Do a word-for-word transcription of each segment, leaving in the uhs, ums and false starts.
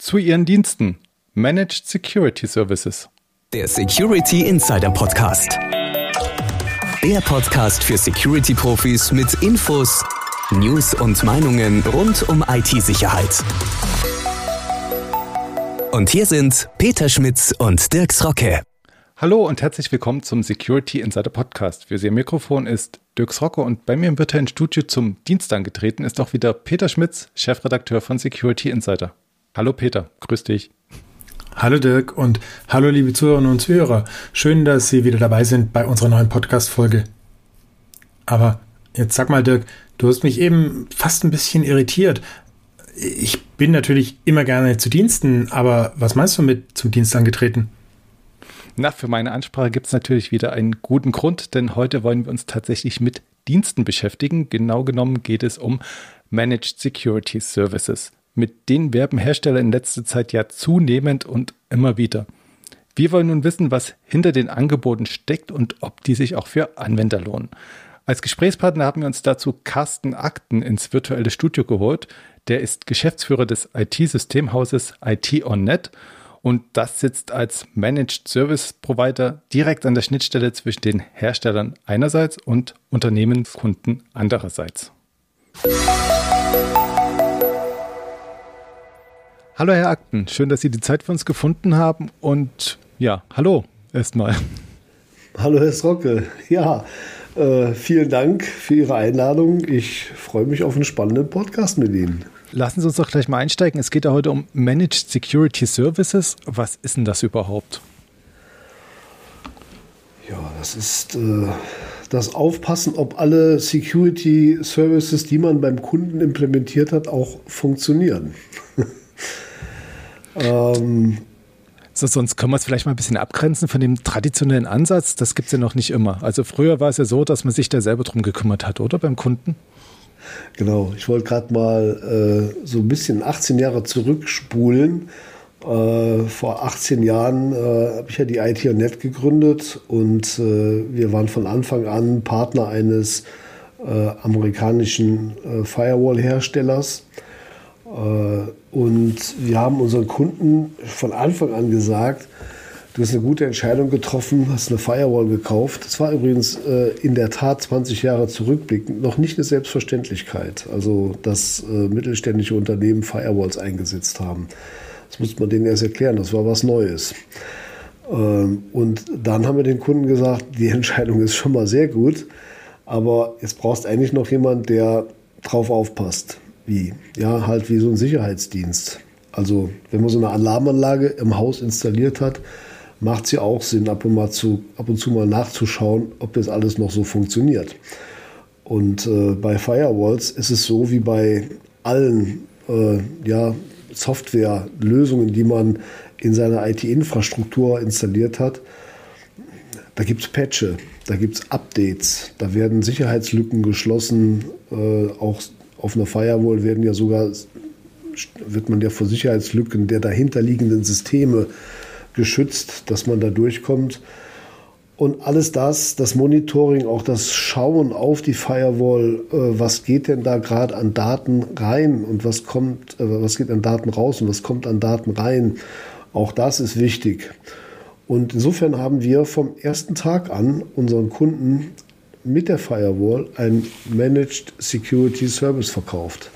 zu ihren Diensten. Managed Security Services. Der Security Insider Podcast. Der Podcast für Security-Profis mit Infos, News und Meinungen rund um I T-Sicherheit. Und hier sind Peter Schmitz und Dirks Rocke. Hallo und herzlich willkommen zum Security Insider Podcast. Für Sie am Mikrofon ist Dirks Rocke und bei mir im virtuellen Studio zum Dienst angetreten ist auch wieder Peter Schmitz, Chefredakteur von Security Insider. Hallo Peter, grüß dich. Hallo Dirk und hallo liebe Zuhörerinnen und Zuhörer. Schön, dass Sie wieder dabei sind bei unserer neuen Podcast-Folge. Aber jetzt sag mal Dirk, du hast mich eben fast ein bisschen irritiert. Ich bin natürlich immer gerne zu Diensten, aber was meinst du mit zum Dienst angetreten? Na, für meine Ansprache gibt es natürlich wieder einen guten Grund, denn heute wollen wir uns tatsächlich mit Diensten beschäftigen. Genau genommen geht es um Managed Security Services. Mit denen werben Hersteller in letzter Zeit ja zunehmend und immer wieder. Wir wollen nun wissen, was hinter den Angeboten steckt und ob die sich auch für Anwender lohnen. Als Gesprächspartner haben wir uns dazu Carsten Akten ins virtuelle Studio geholt. Der ist Geschäftsführer des I T-Systemhauses I T on Net und das sitzt als Managed Service Provider direkt an der Schnittstelle zwischen den Herstellern einerseits und Unternehmenskunden andererseits. Hallo Herr Akten, schön, dass Sie die Zeit für uns gefunden haben und ja, hallo erstmal. Hallo Herr Rocke, ja, äh, vielen Dank für Ihre Einladung. Ich freue mich auf einen spannenden Podcast mit Ihnen. Lassen Sie uns doch gleich mal einsteigen. Es geht ja heute um Managed Security Services. Was ist denn das überhaupt? Ja, das ist äh, das Aufpassen, ob alle Security Services, die man beim Kunden implementiert hat, auch funktionieren. ähm, so, sonst können wir es vielleicht mal ein bisschen abgrenzen von dem traditionellen Ansatz. Das gibt es ja noch nicht immer. Also früher war es ja so, dass man sich da selber drum gekümmert hat, oder beim Kunden? Genau, ich wollte gerade mal äh, so ein bisschen achtzehn Jahre zurückspulen. Äh, vor achtzehn Jahren äh, habe ich ja die I T on Net gegründet und äh, wir waren von Anfang an Partner eines äh, amerikanischen äh, Firewall-Herstellers. Äh, und wir haben unseren Kunden von Anfang an gesagt, du hast eine gute Entscheidung getroffen, hast eine Firewall gekauft. Das war übrigens äh, in der Tat zwanzig Jahre zurückblickend noch nicht eine Selbstverständlichkeit. Also, dass äh, mittelständische Unternehmen Firewalls eingesetzt haben. Das musste man denen erst erklären, das war was Neues. Ähm, und dann haben wir den Kunden gesagt, die Entscheidung ist schon mal sehr gut, aber jetzt brauchst eigentlich noch jemand, der drauf aufpasst. Wie? Ja, halt wie so ein Sicherheitsdienst. Also, wenn man so eine Alarmanlage im Haus installiert hat, macht es ja auch Sinn, ab und, mal zu, ab und zu mal nachzuschauen, ob das alles noch so funktioniert. Und äh, bei Firewalls ist es so wie bei allen äh, ja, Softwarelösungen, die man in seiner I T-Infrastruktur installiert hat. Da gibt es Patche, da gibt es Updates, da werden Sicherheitslücken geschlossen. Äh, auch auf einer Firewall werden ja sogar, wird man ja vor Sicherheitslücken der dahinterliegenden Systeme geschützt, dass man da durchkommt. Und alles das, das Monitoring, auch das Schauen auf die Firewall, äh, was geht denn da gerade an Daten rein und was kommt, äh, was geht an Daten raus und was kommt an Daten rein, auch das ist wichtig. Und insofern haben wir vom ersten Tag an unseren Kunden mit der Firewall ein Managed Security Service verkauft.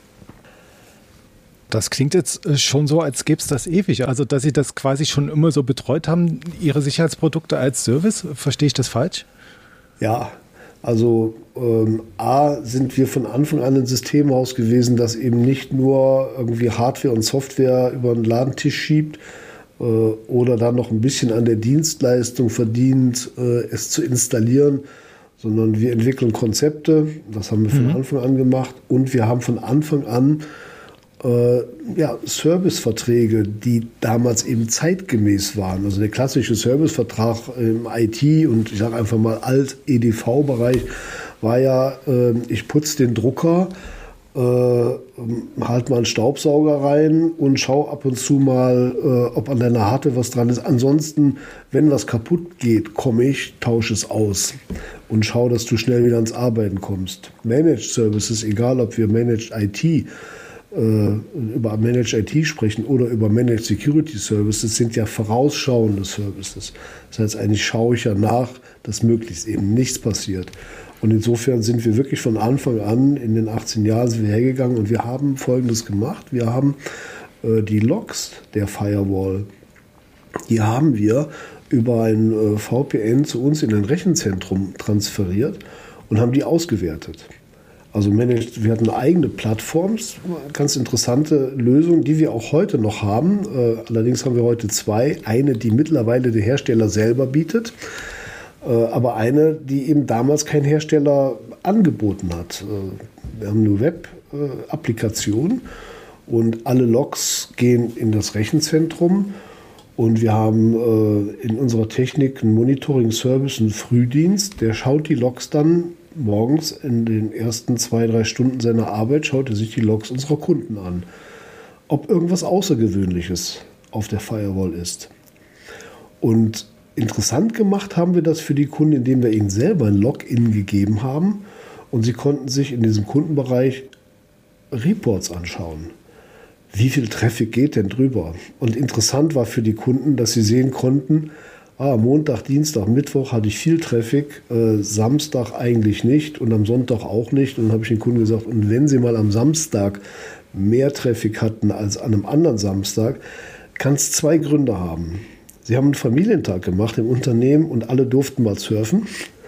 Das klingt jetzt schon so, als gäbe es das ewig. Also, dass Sie das quasi schon immer so betreut haben, Ihre Sicherheitsprodukte als Service. Verstehe ich das falsch? Ja, also ähm, A, sind wir von Anfang an ein Systemhaus gewesen, das eben nicht nur irgendwie Hardware und Software über den Ladentisch schiebt äh, oder dann noch ein bisschen an der Dienstleistung verdient, äh, es zu installieren, sondern wir entwickeln Konzepte. Das haben wir von mhm. Anfang an gemacht und wir haben von Anfang an Äh, ja, Serviceverträge, die damals eben zeitgemäß waren. Also der klassische Servicevertrag im I T und ich sage einfach mal Alt-E D V-Bereich war ja, äh, ich putze den Drucker, äh, halt mal einen Staubsauger rein und schau ab und zu mal, äh, ob an deiner Hardware was dran ist. Ansonsten, wenn was kaputt geht, komme ich, tausche es aus und schau, dass du schnell wieder ans Arbeiten kommst. Managed Services, egal ob wir Managed I T äh, über Managed I T sprechen oder über Managed Security Services, sind ja vorausschauende Services. Das heißt, eigentlich schaue ich ja nach, dass möglichst eben nichts passiert. Und insofern sind wir wirklich von Anfang an, in den achtzehn Jahren sind wir hergegangen und wir haben Folgendes gemacht. Wir haben äh, die Logs der Firewall, die haben wir über ein äh, V P N zu uns in ein Rechenzentrum transferiert und haben die ausgewertet. Also managed, wir hatten eigene Plattforms, ganz interessante Lösungen, die wir auch heute noch haben. Äh, allerdings haben wir heute zwei. Eine, die mittlerweile der Hersteller selber bietet, aber eine, die eben damals kein Hersteller angeboten hat. Wir haben eine Web-Applikation und alle Logs gehen in das Rechenzentrum und wir haben in unserer Technik einen Monitoring-Service, einen Frühdienst, der schaut die Logs dann morgens in den ersten zwei, drei Stunden seiner Arbeit, schaut er sich die Logs unserer Kunden an, ob irgendwas Außergewöhnliches auf der Firewall ist. Und interessant gemacht haben wir das für die Kunden, indem wir ihnen selber ein Login gegeben haben und sie konnten sich in diesem Kundenbereich Reports anschauen. Wie viel Traffic geht denn drüber? Und interessant war für die Kunden, dass sie sehen konnten, ah, Montag, Dienstag, Mittwoch hatte ich viel Traffic, äh, Samstag eigentlich nicht und am Sonntag auch nicht. Und dann habe ich den Kunden gesagt, und wenn sie mal am Samstag mehr Traffic hatten als an einem anderen Samstag, kann es zwei Gründe haben. Sie haben einen Familientag gemacht im Unternehmen und alle durften mal surfen.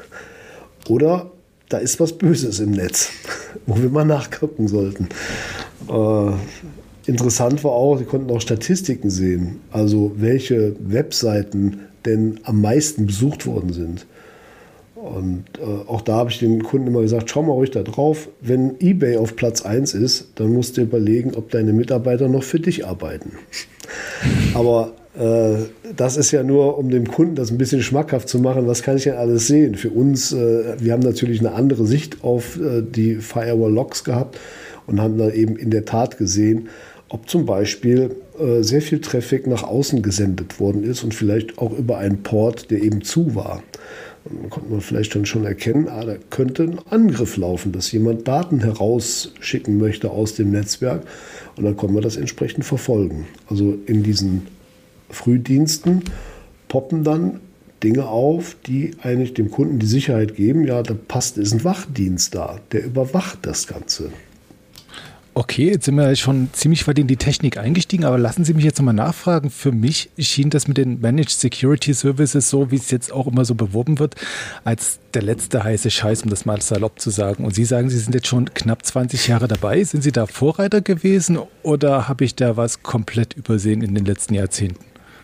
Oder da ist was Böses im Netz, wo wir mal nachgucken sollten. Äh, interessant war auch, Sie konnten auch Statistiken sehen, also welche Webseiten denn am meisten besucht worden sind. Und äh, auch da habe ich den Kunden immer gesagt, schau mal ruhig da drauf, wenn eBay auf Platz eins ist, dann musst du überlegen, ob deine Mitarbeiter noch für dich arbeiten. Aber äh, das ist ja nur, um dem Kunden das ein bisschen schmackhaft zu machen, was kann ich denn alles sehen? Für uns, äh, wir haben natürlich eine andere Sicht auf äh, die Firewall-Logs gehabt und haben dann eben in der Tat gesehen, ob zum Beispiel äh, sehr viel Traffic nach außen gesendet worden ist und vielleicht auch über einen Port, der eben zu war. Und dann konnte man vielleicht dann schon erkennen, ah, da könnte ein Angriff laufen, dass jemand Daten herausschicken möchte aus dem Netzwerk und dann konnte man das entsprechend verfolgen. Also in diesen Frühdiensten poppen dann Dinge auf, die eigentlich dem Kunden die Sicherheit geben, ja, da passt, ist ein Wachdienst da, der überwacht das Ganze. Okay, jetzt sind wir schon ziemlich weit in die Technik eingestiegen, aber lassen Sie mich jetzt nochmal nachfragen. Für mich schien das mit den Managed Security Services, so wie es jetzt auch immer so beworben wird, als der letzte heiße Scheiß, um das mal salopp zu sagen. Und Sie sagen, Sie sind jetzt schon knapp zwanzig Jahre dabei. Sind Sie da Vorreiter gewesen oder habe ich da was komplett übersehen in den letzten Jahrzehnten?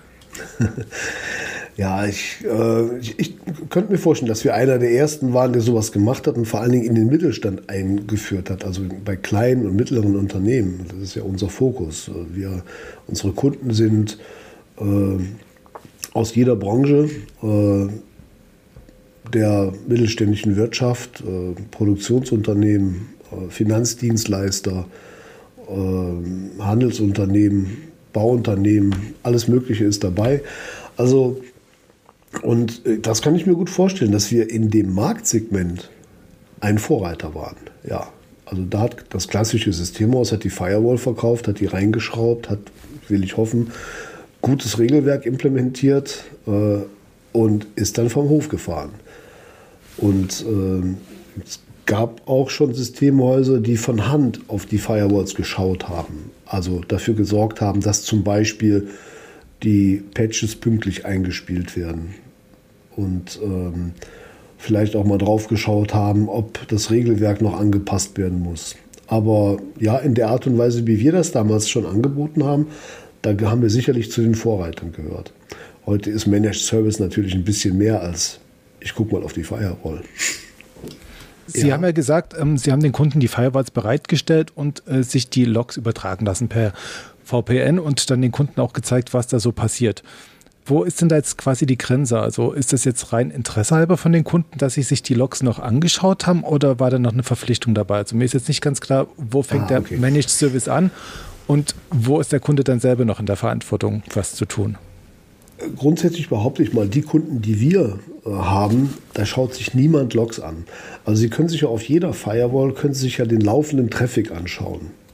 Ja, ich, äh, ich, ich könnte mir vorstellen, dass wir einer der Ersten waren, der sowas gemacht hat und vor allen Dingen in den Mittelstand eingeführt hat, also bei kleinen und mittleren Unternehmen. Das ist ja unser Fokus. Wir, unsere Kunden sind äh, aus jeder Branche äh, der mittelständischen Wirtschaft, äh, Produktionsunternehmen, äh, Finanzdienstleister, äh, Handelsunternehmen, Bauunternehmen, alles Mögliche ist dabei. Also Und das kann ich mir gut vorstellen, dass wir in dem Marktsegment ein Vorreiter waren. Ja, also da hat das klassische Systemhaus hat die Firewall verkauft, hat die reingeschraubt, hat, will ich hoffen, gutes Regelwerk implementiert äh, und ist dann vom Hof gefahren. Und äh, es gab auch schon Systemhäuser, die von Hand auf die Firewalls geschaut haben. Also dafür gesorgt haben, dass zum Beispiel die Patches pünktlich eingespielt werden. Und ähm, vielleicht auch mal drauf geschaut haben, ob das Regelwerk noch angepasst werden muss. Aber ja, in der Art und Weise, wie wir das damals schon angeboten haben, da haben wir sicherlich zu den Vorreitern gehört. Heute ist Managed Service natürlich ein bisschen mehr als, ich gucke mal auf die Firewall. Sie ja. haben ja gesagt, ähm, Sie haben den Kunden die Firewalls bereitgestellt und äh, sich die Logs übertragen lassen per V P N und dann den Kunden auch gezeigt, was da so passiert. Wo ist denn da jetzt quasi die Grenze? Also ist das jetzt rein Interesse halber von den Kunden, dass sie sich die Logs noch angeschaut haben oder war da noch eine Verpflichtung dabei? Also mir ist jetzt nicht ganz klar, wo fängt ah, okay. der Managed Service an und wo ist der Kunde dann selber noch in der Verantwortung, was zu tun? Grundsätzlich behaupte ich mal, die Kunden, die wir äh, haben, da schaut sich niemand Logs an. Also Sie können sich ja auf jeder Firewall, können Sie sich ja den laufenden Traffic anschauen.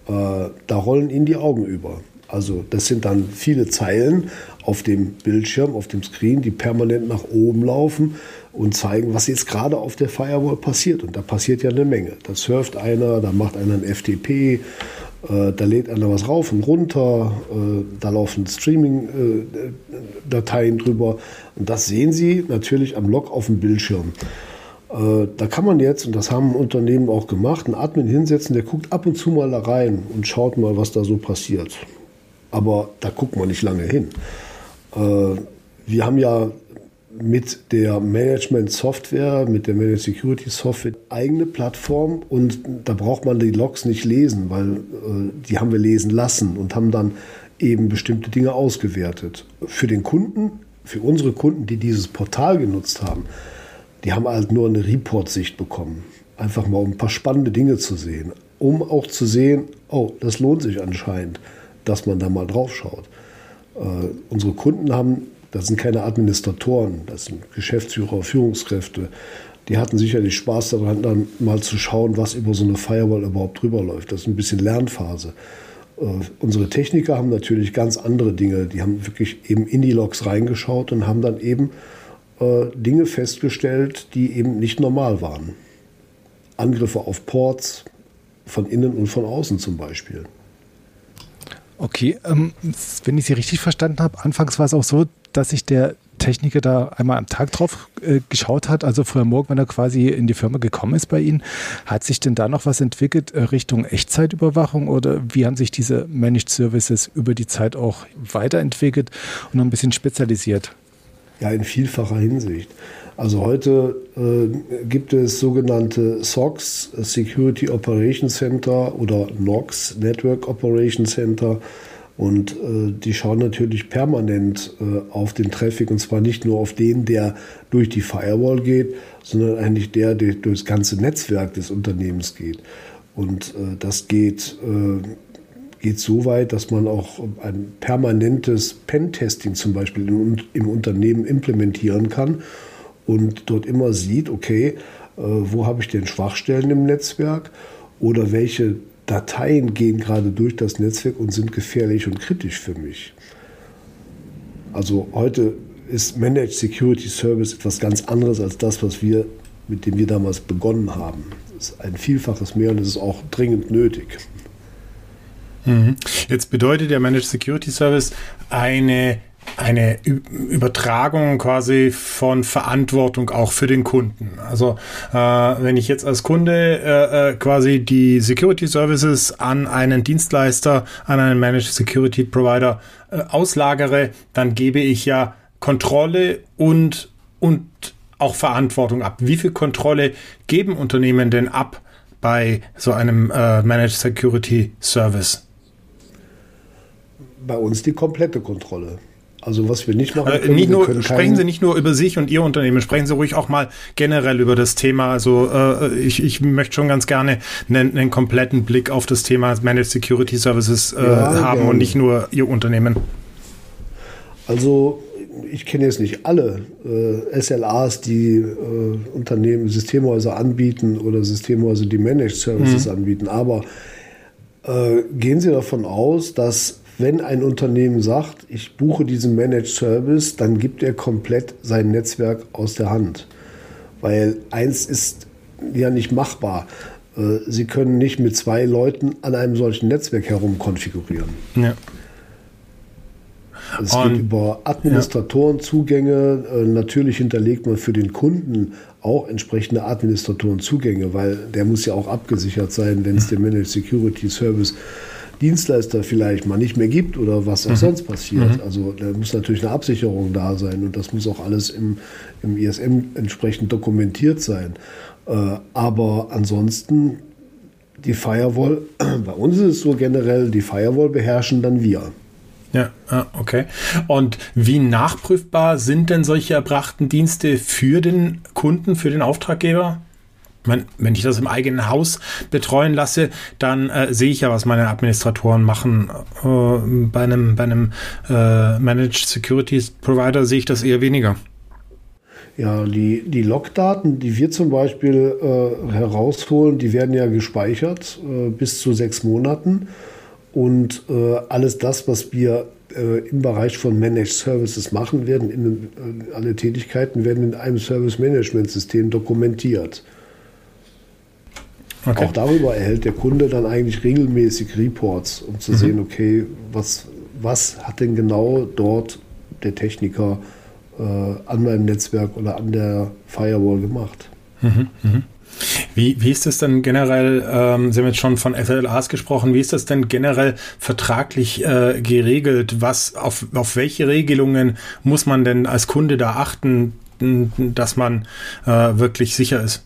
äh, da rollen ihnen die Augen über. Also das sind dann viele Zeilen auf dem Bildschirm, auf dem Screen, die permanent nach oben laufen und zeigen, was jetzt gerade auf der Firewall passiert. Und da passiert ja eine Menge. Da surft einer, da macht einer ein F T P, äh, da lädt einer was rauf und runter, äh, da laufen Streaming-Dateien äh, drüber. Und das sehen Sie natürlich am Log auf dem Bildschirm. Äh, da kann man jetzt, und das haben Unternehmen auch gemacht, einen Admin hinsetzen, der guckt ab und zu mal da rein und schaut mal, was da so passiert. Aber da guckt man nicht lange hin. Äh, wir haben ja mit der Management-Software, mit der Managed Security Software eigene Plattform und da braucht man die Logs nicht lesen, weil äh, die haben wir lesen lassen und haben dann eben bestimmte Dinge ausgewertet. Für den Kunden, für unsere Kunden, die dieses Portal genutzt haben, die haben halt nur eine Report-Sicht bekommen. Einfach mal, um ein paar spannende Dinge zu sehen. Um auch zu sehen, oh, das lohnt sich anscheinend, dass man da mal drauf schaut. Äh, unsere Kunden haben, das sind keine Administratoren, das sind Geschäftsführer, Führungskräfte, die hatten sicherlich Spaß daran, dann mal zu schauen, was über so eine Firewall überhaupt drüber läuft. Das ist ein bisschen Lernphase. Äh, unsere Techniker haben natürlich ganz andere Dinge, die haben wirklich eben in die Logs reingeschaut und haben dann eben äh, Dinge festgestellt, die eben nicht normal waren. Angriffe auf Ports, von innen und von außen zum Beispiel. Okay, ähm, wenn ich Sie richtig verstanden habe, anfangs war es auch so, dass sich der Techniker da einmal am Tag drauf äh, geschaut hat, also früher morgen, wenn er quasi in die Firma gekommen ist bei Ihnen. Hat sich denn da noch was entwickelt äh, Richtung Echtzeitüberwachung oder wie haben sich diese Managed Services über die Zeit auch weiterentwickelt und noch ein bisschen spezialisiert? Ja, in vielfacher Hinsicht. Also heute äh, gibt es sogenannte S O Cs, Security Operation Center oder N O C, Network Operation Center. Und äh, die schauen natürlich permanent äh, auf den Traffic und zwar nicht nur auf den, der durch die Firewall geht, sondern eigentlich der, der durchs ganze Netzwerk des Unternehmens geht. Und äh, das geht, äh, geht so weit, dass man auch ein permanentes Pen-Testing zum Beispiel im, im Unternehmen implementieren kann und dort immer sieht, okay, äh, wo habe ich denn Schwachstellen im Netzwerk oder welche Dateien gehen gerade durch das Netzwerk und sind gefährlich und kritisch für mich. Also heute ist Managed Security Service etwas ganz anderes als das, was wir, mit dem wir damals begonnen haben. Es ist ein Vielfaches mehr und es ist auch dringend nötig. Jetzt bedeutet der Managed Security Service eine eine Übertragung quasi von Verantwortung auch für den Kunden. Also äh, wenn ich jetzt als Kunde äh, quasi die Security Services an einen Dienstleister, an einen Managed Security Provider äh, auslagere, dann gebe ich ja Kontrolle und, und auch Verantwortung ab. Wie viel Kontrolle geben Unternehmen denn ab bei so einem äh, Managed Security Service? Bei uns die komplette Kontrolle. Also was wir nicht machen können, äh, nicht nur, können sprechen Sie nicht nur über sich und Ihr Unternehmen, sprechen Sie ruhig auch mal generell über das Thema. Also äh, ich, ich möchte schon ganz gerne einen, einen kompletten Blick auf das Thema Managed Security Services äh, ja, haben gerne. Und nicht nur Ihr Unternehmen. Also ich kenne jetzt nicht alle äh, S L As, die äh, Unternehmen, Systemhäuser anbieten oder Systemhäuser, die Managed Services mhm. anbieten, aber äh, gehen Sie davon aus, dass wenn ein Unternehmen sagt, ich buche diesen Managed Service, dann gibt er komplett sein Netzwerk aus der Hand. Weil eins ist ja nicht machbar. Sie können nicht mit zwei Leuten an einem solchen Netzwerk herumkonfigurieren. Ja. Es geht über Administratorenzugänge. Ja. Natürlich hinterlegt man für den Kunden auch entsprechende Administratorenzugänge, weil der muss ja auch abgesichert sein, wenn es den Managed Security Service Dienstleister vielleicht mal nicht mehr gibt oder was auch mhm. sonst passiert. Mhm. Also da muss natürlich eine Absicherung da sein und das muss auch alles im, im I S M entsprechend dokumentiert sein. Äh, aber ansonsten die Firewall, bei uns ist es so generell, die Firewall beherrschen dann wir. Ja, okay. Und wie nachprüfbar sind denn solche erbrachten Dienste für den Kunden, für den Auftraggeber? Wenn ich das im eigenen Haus betreuen lasse, dann äh, sehe ich ja, was meine Administratoren machen. Äh, bei einem, bei einem äh, Managed Security Provider sehe ich das eher weniger. Ja, die, die Logdaten, die wir zum Beispiel äh, herausholen, die werden ja gespeichert äh, bis zu sechs Monaten. Und äh, alles das, was wir äh, im Bereich von Managed Services machen, werden in, äh, alle Tätigkeiten werden in einem Service-Management-System dokumentiert. Okay. Auch darüber erhält der Kunde dann eigentlich regelmäßig Reports, um zu mhm. sehen, okay, was, was hat denn genau dort der Techniker äh, an meinem Netzwerk oder an der Firewall gemacht. Mhm. Mhm. Wie, wie ist das denn generell, ähm, Sie haben jetzt schon von S L As gesprochen, wie ist das denn generell vertraglich äh, geregelt? Was, auf, auf welche Regelungen muss man denn als Kunde da achten, dass man äh, wirklich sicher ist?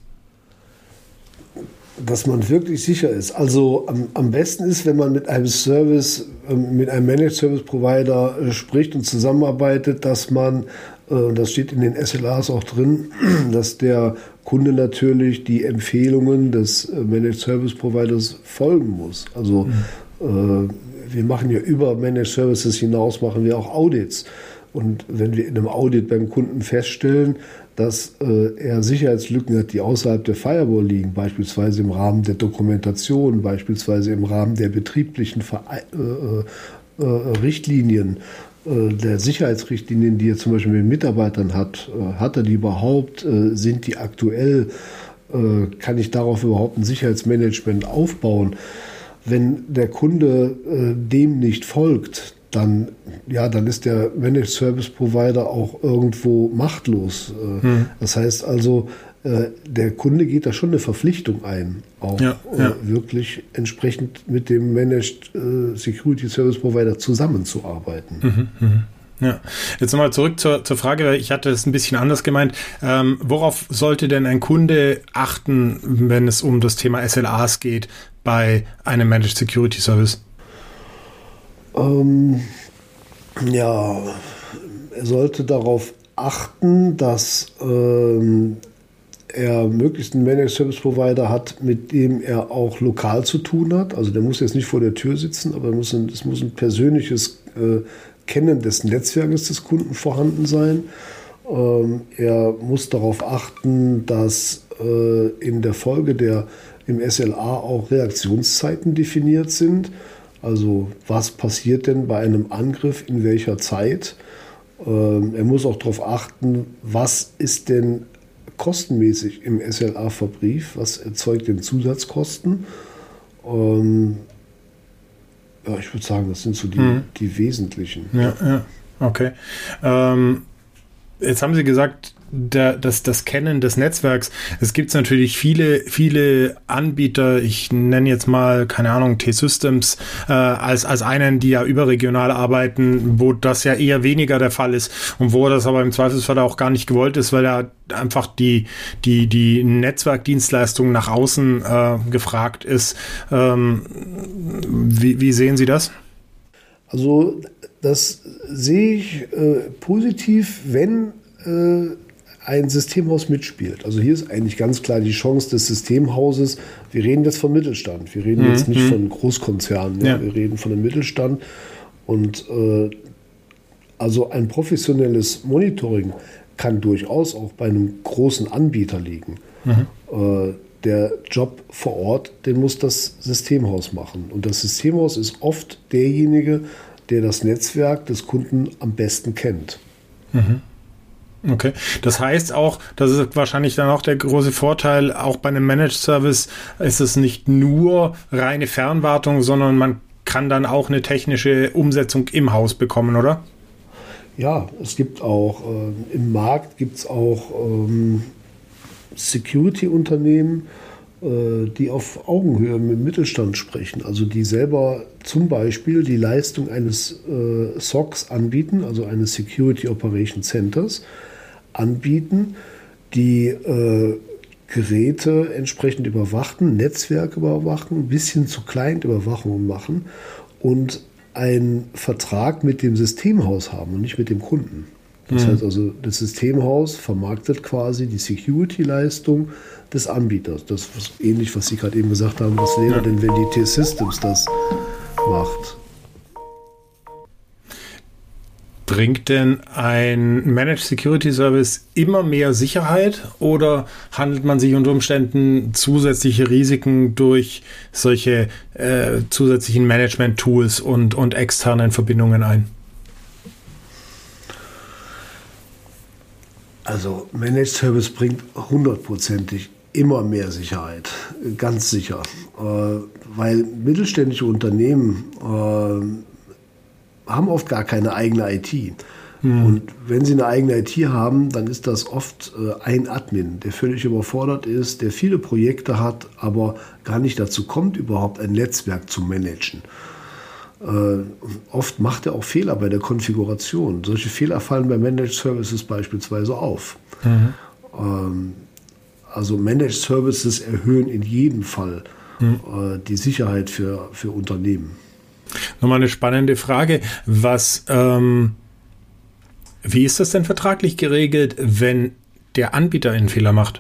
Dass man wirklich sicher ist. Also am, am besten ist, wenn man mit einem Service, äh, mit einem Managed Service Provider äh, spricht und zusammenarbeitet, dass man, äh, das steht in den S L As auch drin, dass der Kunde natürlich die Empfehlungen des äh, Managed Service Providers folgen muss. Also mhm. äh, wir machen ja über Managed Services hinaus, machen wir auch Audits. Und wenn wir in einem Audit beim Kunden feststellen, dass äh, er Sicherheitslücken hat, die außerhalb der Firewall liegen, beispielsweise im Rahmen der Dokumentation, beispielsweise im Rahmen der betrieblichen Vere- äh, äh, Richtlinien, äh, der Sicherheitsrichtlinien, die er zum Beispiel mit den Mitarbeitern hat, äh, hat er die überhaupt, äh, sind die aktuell, äh, kann ich darauf überhaupt ein Sicherheitsmanagement aufbauen? Wenn der Kunde äh, dem nicht folgt, dann, ja, dann ist der Managed Service Provider auch irgendwo machtlos. Hm. Das heißt also, der Kunde geht da schon eine Verpflichtung ein, auch ja, ja. wirklich entsprechend mit dem Managed Security Service Provider zusammenzuarbeiten. Mhm, mh. Ja, jetzt nochmal zurück zur, zur Frage, ich hatte es ein bisschen anders gemeint. Ähm, worauf sollte denn ein Kunde achten, wenn es um das Thema S L As geht bei einem Managed Security Service? Ähm, ja, er sollte darauf achten, dass ähm, er möglichst einen Managed Service Provider hat, mit dem er auch lokal zu tun hat. Also der muss jetzt nicht vor der Tür sitzen, aber es muss ein, es muss ein persönliches äh, Kennen des Netzwerkes des Kunden vorhanden sein. Ähm, er muss darauf achten, dass äh, in der Folge der im S L A auch Reaktionszeiten definiert sind. Also was passiert denn bei einem Angriff in welcher Zeit? Ähm, er muss auch darauf achten, was ist denn kostenmäßig im S L A verbrieft, was erzeugt denn Zusatzkosten? Ähm, ja, ich würde sagen, das sind so die, hm. die wesentlichen. Ja, ja. Okay. Ähm, jetzt haben Sie gesagt, Der, das, das Kennen des Netzwerks. Es gibt natürlich viele, viele Anbieter, ich nenne jetzt mal, keine Ahnung, T-Systems äh, als, als einen, die ja überregional arbeiten, wo das ja eher weniger der Fall ist und wo das aber im Zweifelsfall auch gar nicht gewollt ist, weil ja einfach die, die, die Netzwerkdienstleistung nach außen äh, gefragt ist. Ähm, wie, wie sehen Sie das? Also das sehe ich äh, positiv, wenn äh, ein Systemhaus mitspielt. Also hier ist eigentlich ganz klar die Chance des Systemhauses. Wir reden jetzt vom Mittelstand. Wir reden mhm. jetzt nicht von Großkonzernen. Ja. Ja. Wir reden von dem Mittelstand. Und äh, also ein professionelles Monitoring kann durchaus auch bei einem großen Anbieter liegen. Mhm. Äh, der Job vor Ort, den muss das Systemhaus machen. Und das Systemhaus ist oft derjenige, der das Netzwerk des Kunden am besten kennt. Mhm. Okay, das heißt auch, das ist wahrscheinlich dann auch der große Vorteil, auch bei einem Managed Service ist es nicht nur reine Fernwartung, sondern man kann dann auch eine technische Umsetzung im Haus bekommen, oder? Ja, es gibt auch, äh, im Markt gibt es auch ähm, Security-Unternehmen, äh, die auf Augenhöhe mit dem Mittelstand sprechen, also die selber zum Beispiel die Leistung eines äh, S O Cs anbieten, also eines Security Operation Centers, anbieten, die äh, Geräte entsprechend überwachen, Netzwerk überwachen, bis hin zu Client-Überwachungen machen und einen Vertrag mit dem Systemhaus haben und nicht mit dem Kunden. Das mhm. heißt also, das Systemhaus vermarktet quasi die Security-Leistung des Anbieters. Das ist ähnlich, was Sie gerade eben gesagt haben, was wäre ja. denn, wenn die T-Systems das macht? Bringt denn ein Managed Security Service immer mehr Sicherheit oder handelt man sich unter Umständen zusätzliche Risiken durch solche äh, zusätzlichen Management-Tools und, und externen Verbindungen ein? Also Managed Service bringt hundertprozentig immer mehr Sicherheit, ganz sicher. Äh, weil mittelständische Unternehmen äh, haben oft gar keine eigene I T. Hm. Und wenn sie eine eigene I T haben, dann ist das oft äh, ein Admin, der völlig überfordert ist, der viele Projekte hat, aber gar nicht dazu kommt, überhaupt ein Netzwerk zu managen. Äh, oft macht er auch Fehler bei der Konfiguration. Solche Fehler fallen bei Managed Services beispielsweise auf. Mhm. Ähm, also Managed Services erhöhen in jedem Fall mhm. äh, die Sicherheit für, für Unternehmen. Nochmal eine spannende Frage. Was, ähm, wie ist das denn vertraglich geregelt, wenn der Anbieter einen Fehler macht?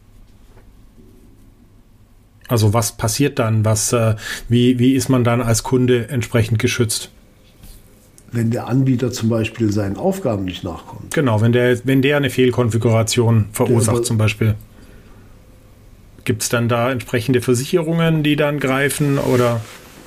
Also was passiert dann? Was, äh, wie, wie ist man dann als Kunde entsprechend geschützt? Wenn der Anbieter zum Beispiel seinen Aufgaben nicht nachkommt. Genau, wenn der, wenn der eine Fehlkonfiguration verursacht der, zum Beispiel. Gibt es dann da entsprechende Versicherungen, die dann greifen oder?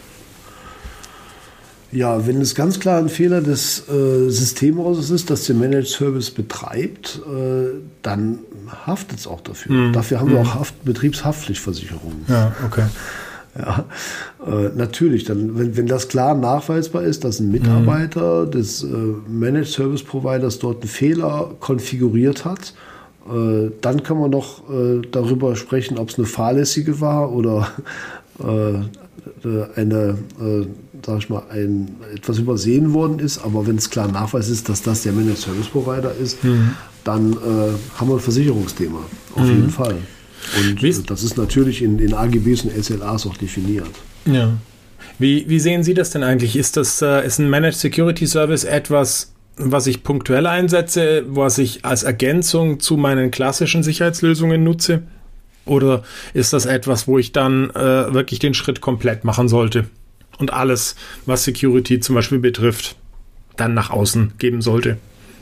Ja, wenn es ganz klar ein Fehler des äh, Systemhauses ist, das den Managed Service betreibt, äh, dann haftet es auch dafür. Mm. Dafür haben mm. wir auch Haft, Betriebshaftpflichtversicherungen. Ja, okay. Ja, äh, natürlich, dann, wenn, wenn das klar nachweisbar ist, dass ein Mitarbeiter mm. des äh, Managed Service Providers dort einen Fehler konfiguriert hat, äh, dann kann man noch äh, darüber sprechen, ob es eine fahrlässige war oder äh, eine, äh, sag ich mal, ein, etwas übersehen worden ist, aber wenn es klar Nachweis ist, dass das der Managed Service Provider ist, mhm. dann äh, haben wir ein Versicherungsthema, auf mhm. jeden Fall. Und äh, das ist natürlich in den A G Bs und S L As auch definiert. Ja. Wie, wie sehen Sie das denn eigentlich? Ist das äh, ist ein Managed Security Service etwas, was ich punktuell einsetze, was ich als Ergänzung zu meinen klassischen Sicherheitslösungen nutze? Oder ist das etwas, wo ich dann äh, wirklich den Schritt komplett machen sollte und alles, was Security zum Beispiel betrifft, dann nach außen geben sollte?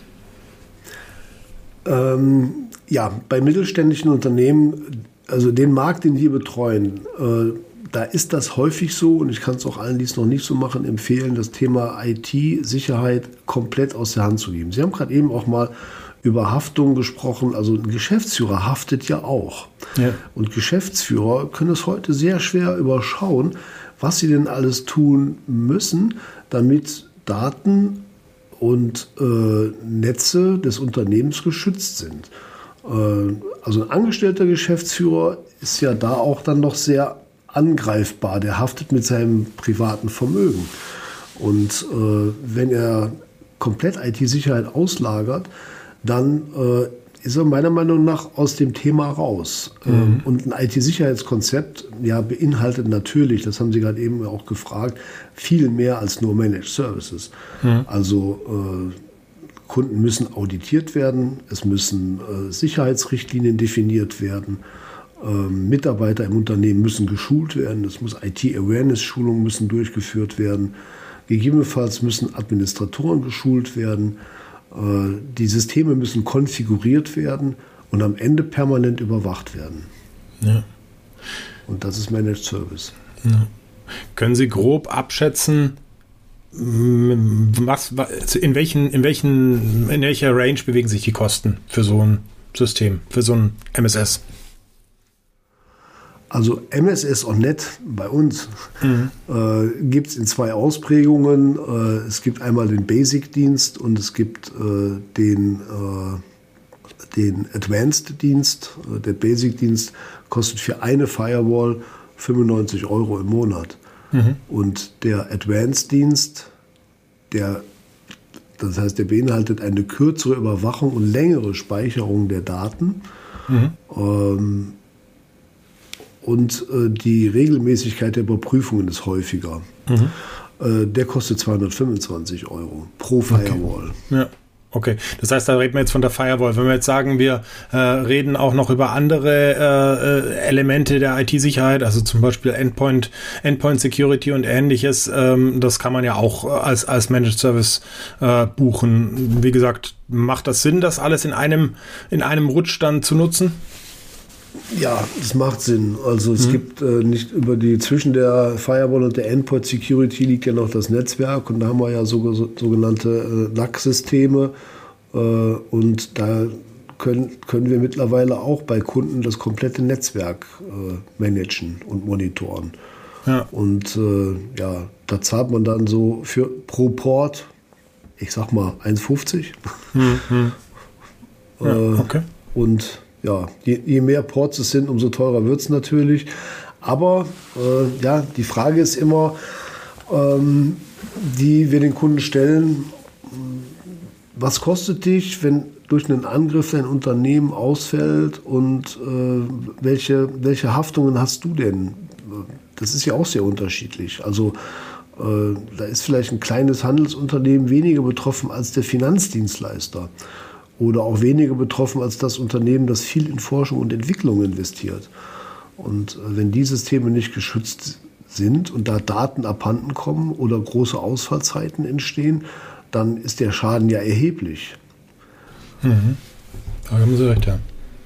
Ähm, ja, bei mittelständischen Unternehmen, also den Markt, den wir betreuen, äh, da ist das häufig so, und ich kann es auch allen, die es noch nicht so machen, empfehlen, das Thema I T-Sicherheit komplett aus der Hand zu geben. Sie haben gerade eben auch mal über Haftung gesprochen. Also ein Geschäftsführer haftet ja auch. Ja. Und Geschäftsführer können es heute sehr schwer überschauen, was sie denn alles tun müssen, damit Daten und äh, Netze des Unternehmens geschützt sind. Äh, also ein angestellter Geschäftsführer ist ja da auch dann noch sehr angreifbar. Der haftet mit seinem privaten Vermögen. Und äh, wenn er komplett I T-Sicherheit auslagert, dann äh, ist er meiner Meinung nach aus dem Thema raus. Mhm. Ähm, und ein I T-Sicherheitskonzept ja, beinhaltet natürlich, das haben Sie gerade eben auch gefragt, viel mehr als nur Managed Services. Mhm. Also äh, Kunden müssen auditiert werden, es müssen äh, Sicherheitsrichtlinien definiert werden, äh, Mitarbeiter im Unternehmen müssen geschult werden, es muss I T-Awareness-Schulungen müssen durchgeführt werden, gegebenenfalls müssen Administratoren geschult werden. Die Systeme müssen konfiguriert werden und am Ende permanent überwacht werden. Ja. Und das ist Managed Service. Ja. Können Sie grob abschätzen, was, in, welchen, in, welchen, in welcher Range bewegen sich die Kosten für so ein System, für so ein M S S? Also M S S und Net bei uns mhm. äh, gibt es in zwei Ausprägungen. Äh, es gibt einmal den Basic-Dienst und es gibt äh, den, äh, den Advanced-Dienst. Äh, der Basic-Dienst kostet für eine Firewall fünfundneunzig Euro im Monat. Mhm. Und der Advanced-Dienst, der, das heißt, der beinhaltet eine kürzere Überwachung und längere Speicherung der Daten. Mhm. Ähm, Und äh, die Regelmäßigkeit der Überprüfungen ist häufiger. Mhm. Äh, der kostet zweihundertfünfundzwanzig Euro pro Firewall. Okay. Ja, Okay, das heißt, da reden wir jetzt von der Firewall. Wenn wir jetzt sagen, wir äh, reden auch noch über andere äh, Elemente der I T-Sicherheit, also zum Beispiel Endpoint, Endpoint Security und ähnliches, ähm, das kann man ja auch als, als Managed Service äh, buchen. Wie gesagt, macht das Sinn, das alles in einem, in einem Rutsch dann zu nutzen? Ja, das macht Sinn. Also es mhm. gibt äh, nicht über die, zwischen der Firewall und der Endpoint Security liegt ja noch das Netzwerk und da haben wir ja so, so, sogenannte äh, N A C-Systeme äh, und da können, können wir mittlerweile auch bei Kunden das komplette Netzwerk äh, managen und monitoren. Ja. Und äh, ja, da zahlt man dann so für pro Port, ich sag mal eins fünfzig. Mhm. Ja, okay. Äh, und ja, je, je mehr Ports es sind, umso teurer wird es natürlich. Aber äh, ja, die Frage ist immer, ähm, die wir den Kunden stellen, was kostet dich, wenn durch einen Angriff dein Unternehmen ausfällt und äh, welche, welche Haftungen hast du denn? Das ist ja auch sehr unterschiedlich. Also äh, da ist vielleicht ein kleines Handelsunternehmen weniger betroffen als der Finanzdienstleister. Oder auch weniger betroffen als das Unternehmen, das viel in Forschung und Entwicklung investiert. Und wenn die Systeme nicht geschützt sind und da Daten abhanden kommen oder große Ausfallzeiten entstehen, dann ist der Schaden ja erheblich. Mhm. Da haben Sie recht, ja.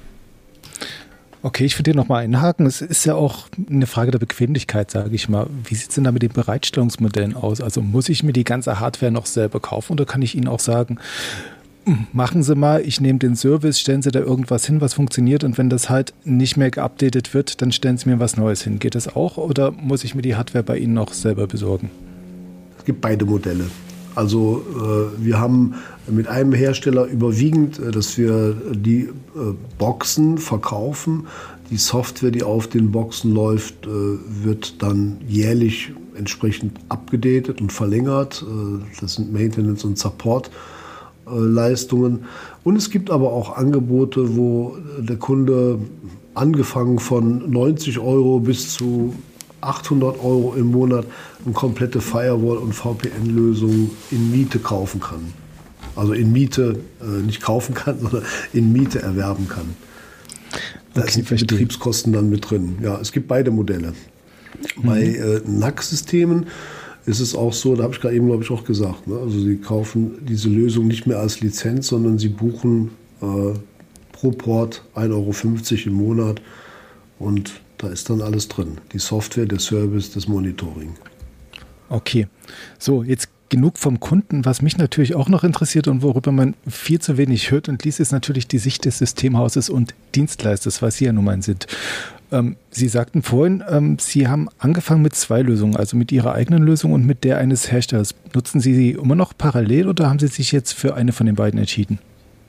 Okay, ich würde hier nochmal einhaken. Es ist ja auch eine Frage der Bequemlichkeit, sage ich mal. Wie sieht es denn da mit den Bereitstellungsmodellen aus? Also muss ich mir die ganze Hardware noch selber kaufen oder kann ich Ihnen auch sagen, machen Sie mal, ich nehme den Service, stellen Sie da irgendwas hin, was funktioniert und wenn das halt nicht mehr geupdatet wird, dann stellen Sie mir was Neues hin. Geht das auch oder muss ich mir die Hardware bei Ihnen noch selber besorgen? Es gibt beide Modelle. Also äh, wir haben mit einem Hersteller überwiegend, äh, dass wir die äh, Boxen verkaufen. Die Software, die auf den Boxen läuft, äh, wird dann jährlich entsprechend abgedatet und verlängert. Äh, das sind Maintenance- und Support Leistungen. Und es gibt aber auch Angebote, wo der Kunde angefangen von neunzig Euro bis zu achthundert Euro im Monat eine komplette Firewall- und V P N-Lösung in Miete kaufen kann. Also in Miete äh, nicht kaufen kann, sondern in Miete erwerben kann. Da okay, sind die Betriebskosten dann mit drin. Ja, es gibt beide Modelle. Mhm. Bei äh, N A C-Systemen ist es auch so, da habe ich gerade eben, glaube ich, auch gesagt, ne? Also Sie kaufen diese Lösung nicht mehr als Lizenz, sondern Sie buchen äh, pro Port ein Euro fünfzig im Monat und da ist dann alles drin. Die Software, der Service, das Monitoring. Okay, so jetzt genug vom Kunden. Was mich natürlich auch noch interessiert und worüber man viel zu wenig hört und liest, ist natürlich die Sicht des Systemhauses und Dienstleisters, was Sie ja nun mal sind. Ähm, Sie sagten vorhin, ähm, Sie haben angefangen mit zwei Lösungen, also mit Ihrer eigenen Lösung und mit der eines Herstellers. Nutzen Sie sie immer noch parallel oder haben Sie sich jetzt für eine von den beiden entschieden?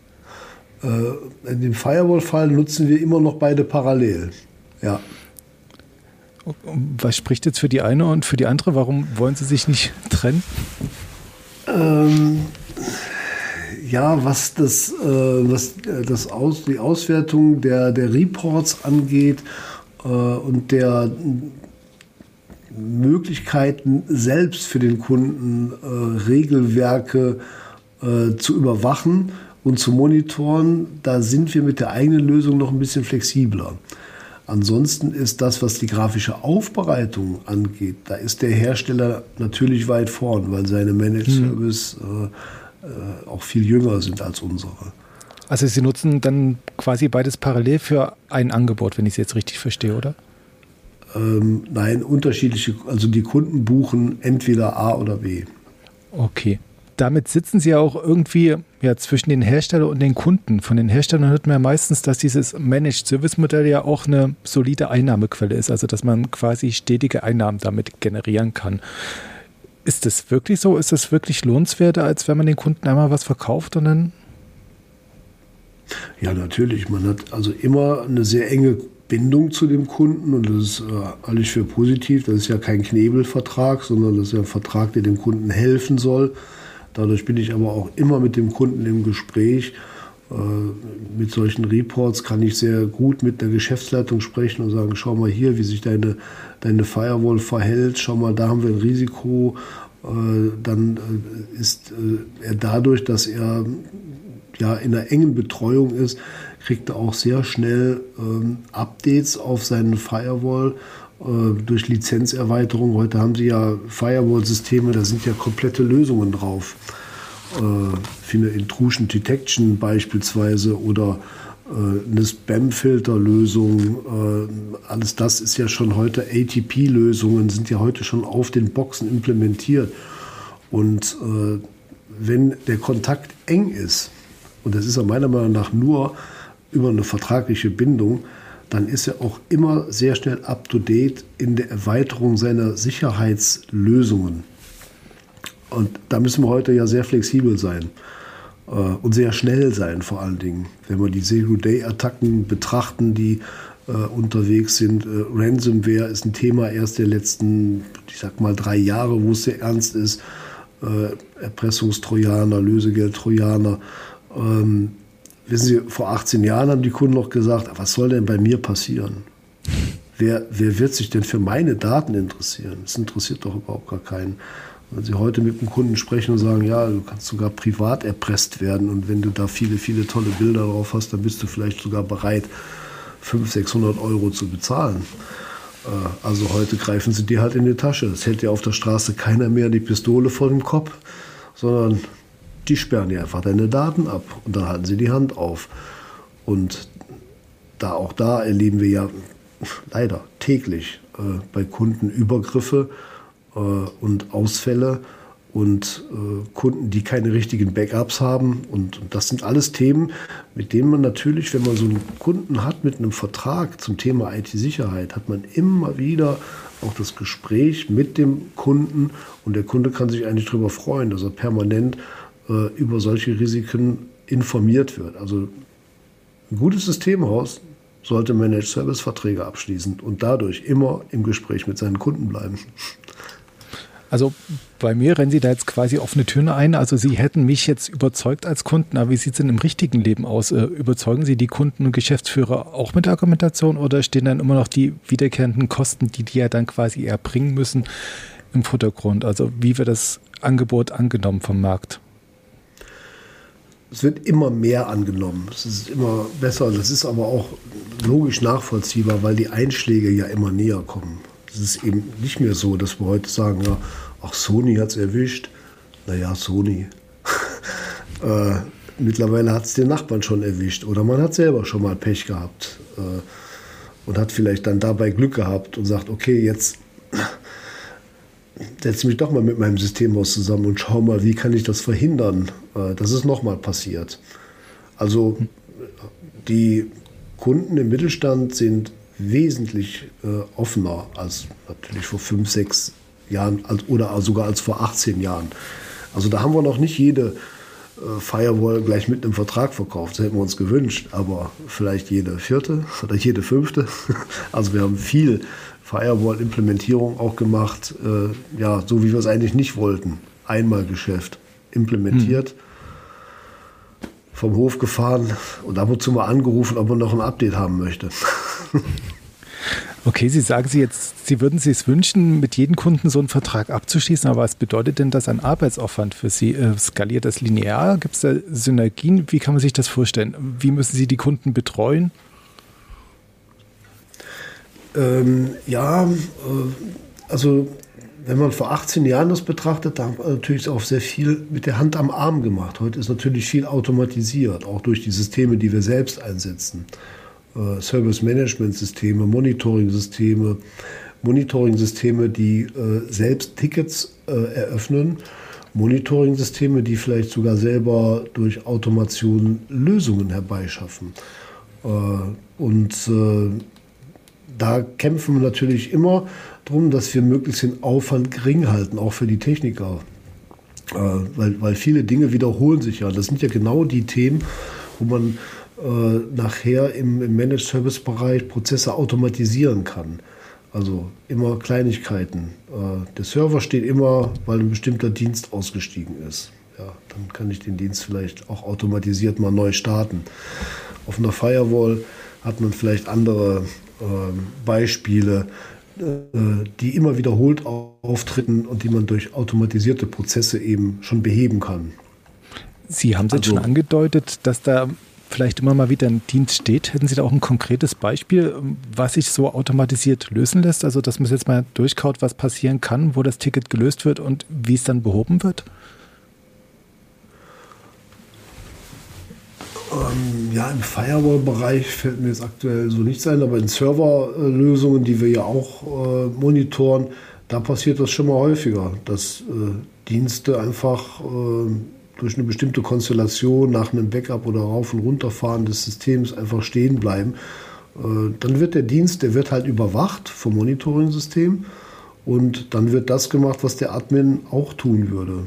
Äh, in dem Firewall-Fall nutzen wir immer noch beide parallel. Ja. Was spricht jetzt für die eine und für die andere? Warum wollen Sie sich nicht trennen? Ähm, ja, was das, äh, was das Aus, die Auswertung der, der Reports angeht äh, und der Möglichkeiten selbst für den Kunden äh, Regelwerke äh, zu überwachen und zu monitoren, da sind wir mit der eigenen Lösung noch ein bisschen flexibler. Ansonsten ist das, was die grafische Aufbereitung angeht, da ist der Hersteller natürlich weit vorn, weil seine Managed Service äh, äh, auch viel jünger sind als unsere. Also Sie nutzen dann quasi beides parallel für ein Angebot, wenn ich es jetzt richtig verstehe, oder? Ähm, nein, unterschiedliche, also die Kunden buchen entweder A oder B. Okay. Damit sitzen Sie ja auch irgendwie ja, zwischen den Herstellern und den Kunden. Von den Herstellern hört man ja meistens, dass dieses Managed-Service-Modell ja auch eine solide Einnahmequelle ist, also dass man quasi stetige Einnahmen damit generieren kann. Ist das wirklich so? Ist das wirklich lohnenswerter, als wenn man den Kunden einmal was verkauft und dann? Ja, natürlich. Man hat also immer eine sehr enge Bindung zu dem Kunden und das ist äh, alles für positiv. Das ist ja kein Knebelvertrag, sondern das ist ja ein Vertrag, der dem Kunden helfen soll. Dadurch bin ich aber auch immer mit dem Kunden im Gespräch. Äh, mit solchen Reports kann ich sehr gut mit der Geschäftsleitung sprechen und sagen, schau mal hier, wie sich deine, deine Firewall verhält. Schau mal, da haben wir ein Risiko. Äh, dann äh, ist äh, er dadurch, dass er ja in einer engen Betreuung ist, kriegt er auch sehr schnell ähm, Updates auf seinen Firewall äh, durch Lizenzerweiterung. Heute haben sie ja Firewall-Systeme, da sind ja komplette Lösungen drauf. Äh, für eine Intrusion Detection beispielsweise oder äh, eine Spam-Filter-Lösung. Äh, alles das ist ja schon heute, A T P-Lösungen sind ja heute schon auf den Boxen implementiert. Und äh, wenn der Kontakt eng ist, und das ist ja meiner Meinung nach nur über eine vertragliche Bindung, dann ist er auch immer sehr schnell up-to-date in der Erweiterung seiner Sicherheitslösungen. Und da müssen wir heute ja sehr flexibel sein äh, und sehr schnell sein vor allen Dingen. Wenn wir die Zero-Day-Attacken betrachten, die äh, unterwegs sind. Äh, Ransomware ist ein Thema erst der letzten, ich sag mal, drei Jahre, wo es sehr ernst ist. Äh, Erpressungstrojaner, Lösegeldtrojaner. Ähm, wissen Sie, vor achtzehn Jahren haben die Kunden noch gesagt, was soll denn bei mir passieren? Wer, wer wird sich denn für meine Daten interessieren? Das interessiert doch überhaupt gar keinen. Wenn Sie heute mit einem Kunden sprechen und sagen, ja, du kannst sogar privat erpresst werden und wenn du da viele, viele tolle Bilder drauf hast, dann bist du vielleicht sogar bereit, fünfhundert, sechshundert Euro zu bezahlen. Also heute greifen sie dir halt in die Tasche. Es hält dir auf der Straße keiner mehr die Pistole vor dem Kopf, sondern die sperren dir einfach deine Daten ab und dann halten sie die Hand auf. Und da auch da erleben wir ja leider täglich äh, bei Kunden Übergriffe äh, und Ausfälle und äh, Kunden, die keine richtigen Backups haben. Und, und das sind alles Themen, mit denen man natürlich, wenn man so einen Kunden hat mit einem Vertrag zum Thema I T-Sicherheit, hat man immer wieder auch das Gespräch mit dem Kunden und der Kunde kann sich eigentlich darüber freuen, dass er permanent äh, über solche Risiken informiert wird. Also ein gutes Systemhaus sollte Managed Service Verträge abschließen und dadurch immer im Gespräch mit seinen Kunden bleiben. Also bei mir rennen Sie da jetzt quasi offene Türen ein. Also Sie hätten mich jetzt überzeugt als Kunden, aber wie sieht es denn im richtigen Leben aus? Überzeugen Sie die Kunden und Geschäftsführer auch mit der Argumentation oder stehen dann immer noch die wiederkehrenden Kosten, die die ja dann quasi erbringen müssen, im Vordergrund? Also wie wird das Angebot angenommen vom Markt? Es wird immer mehr angenommen. Es ist immer besser. Das ist aber auch logisch nachvollziehbar, weil die Einschläge ja immer näher kommen. Es ist eben nicht mehr so, dass wir heute sagen, ja, ach, Sony hat es erwischt. Naja, Sony. äh, mittlerweile hat es den Nachbarn schon erwischt. Oder man hat selber schon mal Pech gehabt äh, und hat vielleicht dann dabei Glück gehabt und sagt, okay, jetzt setze ich mich doch mal mit meinem Systemhaus zusammen und schau mal, wie kann ich das verhindern, äh, dass es nochmal passiert. Also die Kunden im Mittelstand sind wesentlich äh, offener als natürlich vor fünf, sechs Jahren als, oder sogar als vor achtzehn Jahren. Also da haben wir noch nicht jede äh, Firewall gleich mit einem Vertrag verkauft. Das hätten wir uns gewünscht, aber vielleicht jede vierte oder jede fünfte. Also wir haben viel Firewall-Implementierung auch gemacht, äh, ja, so wie wir es eigentlich nicht wollten. Einmalgeschäft implementiert, hm. vom Hof gefahren und ab und zu mal angerufen, ob man noch ein Update haben möchte. Okay, Sie sagen Sie jetzt, Sie würden sich es wünschen, mit jedem Kunden so einen Vertrag abzuschließen, aber was bedeutet denn das an Arbeitsaufwand für Sie? Äh, skaliert das linear? Gibt es da Synergien? Wie kann man sich das vorstellen? Wie müssen Sie die Kunden betreuen? Ähm, ja, äh, also wenn man vor achtzehn Jahren das betrachtet, da haben wir natürlich auch sehr viel mit der Hand am Arm gemacht. Heute ist natürlich viel automatisiert, auch durch die Systeme, die wir selbst einsetzen. Äh, Service-Management-Systeme, Monitoring-Systeme, Monitoring-Systeme, die äh, selbst Tickets äh, eröffnen, Monitoring-Systeme, die vielleicht sogar selber durch Automation Lösungen herbeischaffen. Äh, und äh, da kämpfen wir natürlich immer darum, dass wir möglichst den Aufwand gering halten, auch für die Techniker. Äh, weil, weil viele Dinge wiederholen sich ja. Das sind ja genau die Themen, wo man äh, nachher im, im Managed-Service-Bereich Prozesse automatisieren kann. Also immer Kleinigkeiten. Äh, der Server steht immer, weil ein bestimmter Dienst ausgestiegen ist. Ja, dann kann ich den Dienst vielleicht auch automatisiert mal neu starten. Auf einer Firewall hat man vielleicht andere Beispiele, die immer wiederholt auftreten und die man durch automatisierte Prozesse eben schon beheben kann. Sie haben es jetzt Also- schon angedeutet, dass da vielleicht immer mal wieder ein Dienst steht. Hätten Sie da auch ein konkretes Beispiel, was sich so automatisiert lösen lässt? Also, dass man es jetzt mal durchkaut, was passieren kann, wo das Ticket gelöst wird und wie es dann behoben wird? Ähm, ja, im Firewall-Bereich fällt mir jetzt aktuell so nichts ein, aber in Serverlösungen, die wir ja auch äh, monitoren, da passiert das schon mal häufiger, dass äh, Dienste einfach äh, durch eine bestimmte Konstellation nach einem Backup oder Rauf- und Runterfahren des Systems einfach stehen bleiben. Äh, dann wird der Dienst, der wird halt überwacht vom Monitoring-System und dann wird das gemacht, was der Admin auch tun würde.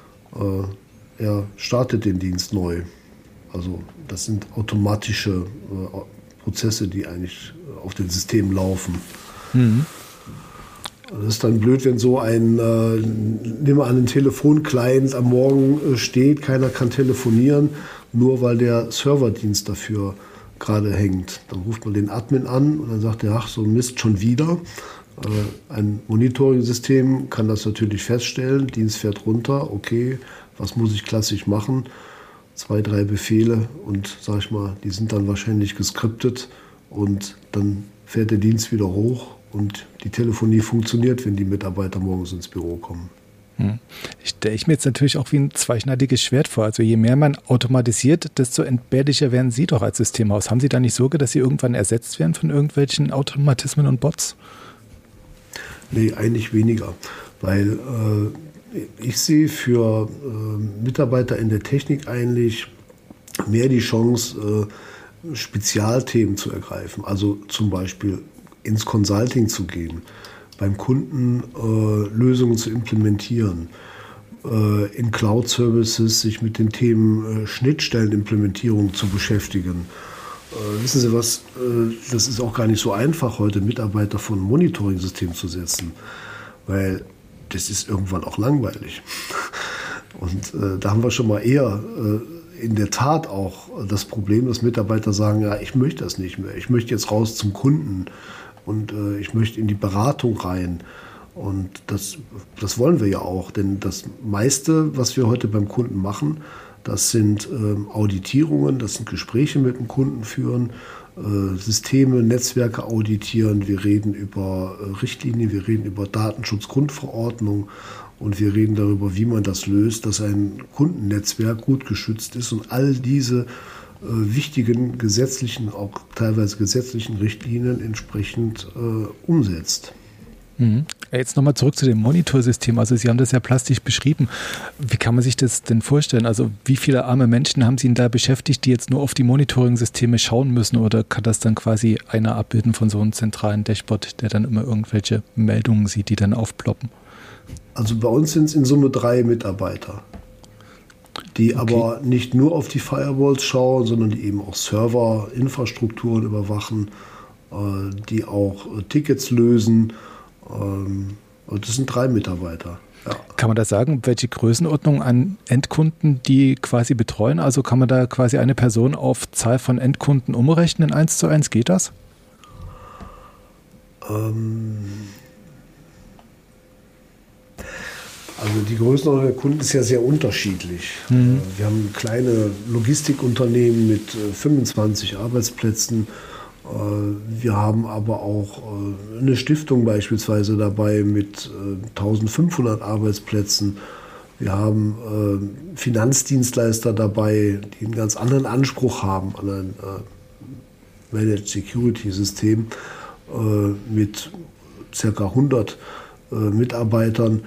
Äh, er startet den Dienst neu. Also das sind automatische äh, Prozesse, die eigentlich auf den Systemen laufen. Mhm. Das ist dann blöd, wenn so ein, äh, nehmen wir an, ein Telefonclient am Morgen äh, steht, keiner kann telefonieren, nur weil der Serverdienst dafür gerade hängt. Dann ruft man den Admin an und dann sagt er, ach, so ein Mist schon wieder. Äh, ein Monitoring-System kann das natürlich feststellen, Dienst fährt runter, okay, was muss ich klassisch machen? Zwei, drei Befehle und sag ich mal, die sind dann wahrscheinlich geskriptet und dann fährt der Dienst wieder hoch und die Telefonie funktioniert, wenn die Mitarbeiter morgens ins Büro kommen. Hm. Ich stelle ich mir jetzt natürlich auch wie ein zweischneidiges Schwert vor. Also je mehr man automatisiert, desto entbehrlicher werden Sie doch als Systemhaus. Haben Sie da nicht Sorge, dass Sie irgendwann ersetzt werden von irgendwelchen Automatismen und Bots? Nee, eigentlich weniger, weil äh, ich sehe für äh, Mitarbeiter in der Technik eigentlich mehr die Chance, äh, Spezialthemen zu ergreifen. Also zum Beispiel ins Consulting zu gehen, beim Kunden äh, Lösungen zu implementieren, äh, in Cloud-Services sich mit den Themen äh, Schnittstellenimplementierung zu beschäftigen. Äh, wissen Sie was, äh, das ist auch gar nicht so einfach, heute Mitarbeiter von einem Monitoring-System zu setzen, weil das ist irgendwann auch langweilig. Und äh, da haben wir schon mal eher äh, in der Tat auch das Problem, dass Mitarbeiter sagen, ja, ich möchte das nicht mehr, ich möchte jetzt raus zum Kunden und äh, ich möchte in die Beratung rein. Und das, das wollen wir ja auch, denn das meiste, was wir heute beim Kunden machen, das sind ähm, Auditierungen, das sind Gespräche mit dem Kunden führen, äh, Systeme, Netzwerke auditieren, wir reden über äh, Richtlinien, wir reden über Datenschutzgrundverordnung und wir reden darüber, wie man das löst, dass ein Kundennetzwerk gut geschützt ist und all diese äh, wichtigen gesetzlichen, auch teilweise gesetzlichen Richtlinien entsprechend äh, umsetzt. Mhm. Jetzt nochmal zurück zu dem Monitorsystem. Also Sie haben das ja plastisch beschrieben. Wie kann man sich das denn vorstellen? Also wie viele arme Menschen haben Sie denn da beschäftigt, die jetzt nur auf die Monitoring-Systeme schauen müssen? Oder kann das dann quasi einer abbilden von so einem zentralen Dashboard, der dann immer irgendwelche Meldungen sieht, die dann aufploppen? Also bei uns sind es in Summe drei Mitarbeiter, die okay. aber nicht nur auf die Firewalls schauen, sondern die eben auch Server, Infrastrukturen überwachen, die auch Tickets lösen. Das sind drei Mitarbeiter. Ja. Kann man da sagen, welche Größenordnung an Endkunden die quasi betreuen? Also kann man da quasi eine Person auf Zahl von Endkunden umrechnen, eins zu eins? Geht das? Ähm also die Größenordnung der Kunden ist ja sehr unterschiedlich. Mhm. Wir haben kleine Logistikunternehmen mit fünfundzwanzig Arbeitsplätzen. Wir haben aber auch eine Stiftung beispielsweise dabei mit eintausendfünfhundert Arbeitsplätzen. Wir haben Finanzdienstleister dabei, die einen ganz anderen Anspruch haben an ein Managed Security System mit ca. hundert Mitarbeitern.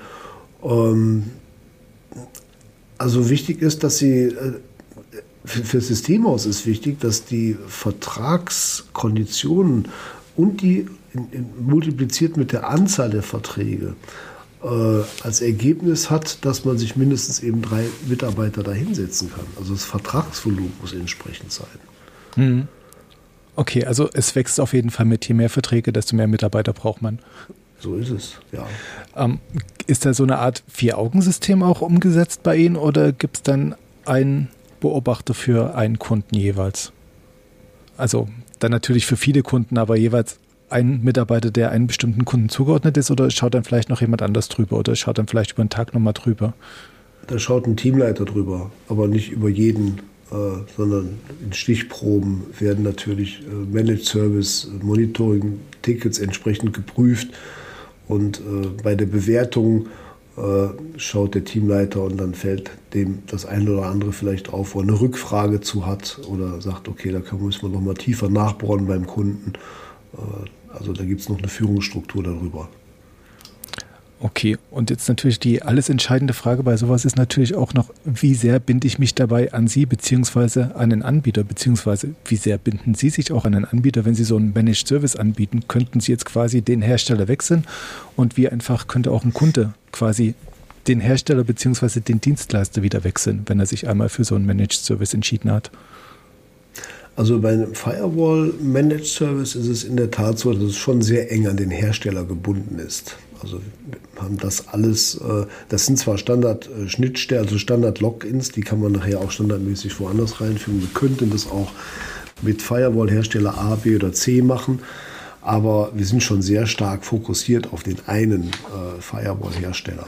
Also wichtig ist, dass sie Für das Systemhaus ist wichtig, dass die Vertragskonditionen und die in, in, multipliziert mit der Anzahl der Verträge äh, als Ergebnis hat, dass man sich mindestens eben drei Mitarbeiter da hinsetzen kann. Also das Vertragsvolumen muss entsprechend sein. Mhm. Okay, also es wächst auf jeden Fall mit. Je mehr Verträge, desto mehr Mitarbeiter braucht man. So ist es, ja. Ähm, ist da so eine Art Vier-Augen-System auch umgesetzt bei Ihnen oder gibt es dann einen Beobachter für einen Kunden jeweils? Also dann natürlich für viele Kunden, aber jeweils ein Mitarbeiter, der einem bestimmten Kunden zugeordnet ist, oder schaut dann vielleicht noch jemand anders drüber oder schaut dann vielleicht über den Tag nochmal drüber? da schaut ein Teamleiter drüber, aber nicht über jeden, äh, sondern in Stichproben werden natürlich äh, Managed Service, Monitoring, Tickets entsprechend geprüft und äh, bei der Bewertung äh, schaut der Teamleiter und dann fällt dem das eine oder andere vielleicht auf, wo er eine Rückfrage zu hat oder sagt, okay, da müssen wir noch mal tiefer nachbohren beim Kunden. Äh, also da gibt es noch eine Führungsstruktur darüber. Okay, und jetzt natürlich die alles entscheidende Frage bei sowas ist natürlich auch noch, wie sehr binde ich mich dabei an Sie beziehungsweise an den Anbieter, beziehungsweise wie sehr binden Sie sich auch an den Anbieter, wenn Sie so einen Managed Service anbieten? Könnten Sie jetzt quasi den Hersteller wechseln und wie einfach könnte auch ein Kunde quasi den Hersteller beziehungsweise den Dienstleister wieder wechseln, wenn er sich einmal für so einen Managed Service entschieden hat? Also bei einem Firewall Managed Service ist es in der Tat so, dass es schon sehr eng an den Hersteller gebunden ist. Also wir haben das alles, das sind zwar Standard-Schnittstellen, also Standard-Logins, die kann man nachher auch standardmäßig woanders reinführen. Wir könnten das auch mit Firewall-Hersteller A, B oder C machen, aber wir sind schon sehr stark fokussiert auf den einen äh, Firewall-Hersteller.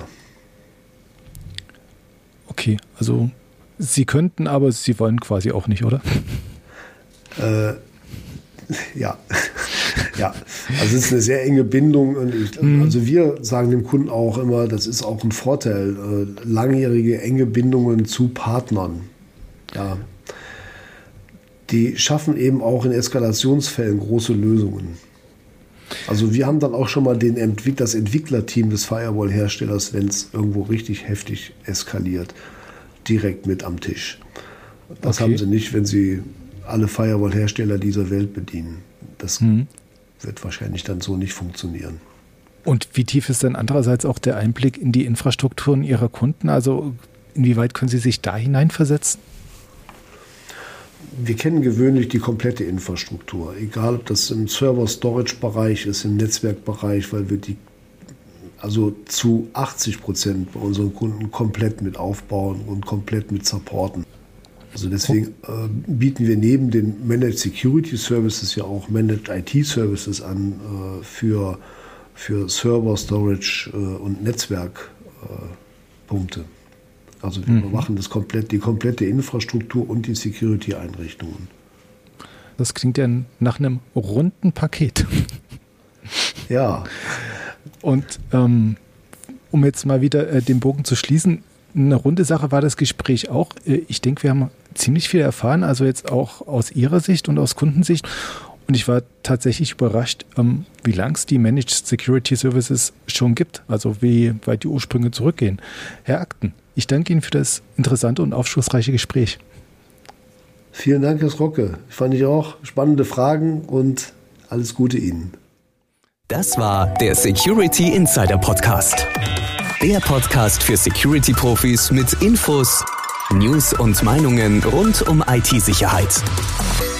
Okay, also Sie könnten, aber Sie wollen quasi auch nicht, oder? Äh, ja. Ja, also es ist eine sehr enge Bindung und ich, mhm. also wir sagen dem Kunden auch immer, das ist auch ein Vorteil, äh, langjährige enge Bindungen zu Partnern. Ja, die schaffen eben auch in Eskalationsfällen große Lösungen. Also wir haben dann auch schon mal den Entwick- das Entwicklerteam des Firewall-Herstellers, wenn es irgendwo richtig heftig eskaliert, direkt mit am Tisch. Das okay. haben sie nicht, wenn sie alle Firewall-Hersteller dieser Welt bedienen. Das mhm. wird wahrscheinlich dann so nicht funktionieren. Und wie tief ist dann andererseits auch der Einblick in die Infrastrukturen Ihrer Kunden? Also inwieweit können Sie sich da hineinversetzen? Wir kennen gewöhnlich die komplette Infrastruktur, egal ob das im Server-Storage-Bereich ist, im Netzwerkbereich, weil wir die also zu achtzig Prozent bei unseren Kunden komplett mit aufbauen und komplett mit supporten. Also deswegen äh, bieten wir neben den Managed Security Services ja auch Managed I T Services an äh, für, für Server, Storage äh, und Netzwerkpunkte. Äh, also wir mhm. überwachen das komplett, die komplette Infrastruktur und die Security-Einrichtungen. Das klingt ja nach einem runden Paket. Ja. Und ähm, um jetzt mal wieder äh, den Bogen zu schließen, eine runde Sache war das Gespräch auch. Ich denke, wir haben ziemlich viel erfahren, also jetzt auch aus Ihrer Sicht und aus Kundensicht. Und ich war tatsächlich überrascht, ähm, wie lang es die Managed Security Services schon gibt, also wie weit die Ursprünge zurückgehen. Herr Akten, ich danke Ihnen für das interessante und aufschlussreiche Gespräch. Vielen Dank, Herr Rocke. Fand ich auch spannende Fragen und alles Gute Ihnen. Das war der Security Insider Podcast. Der Podcast für Security-Profis mit Infos, News und Meinungen rund um I T-Sicherheit.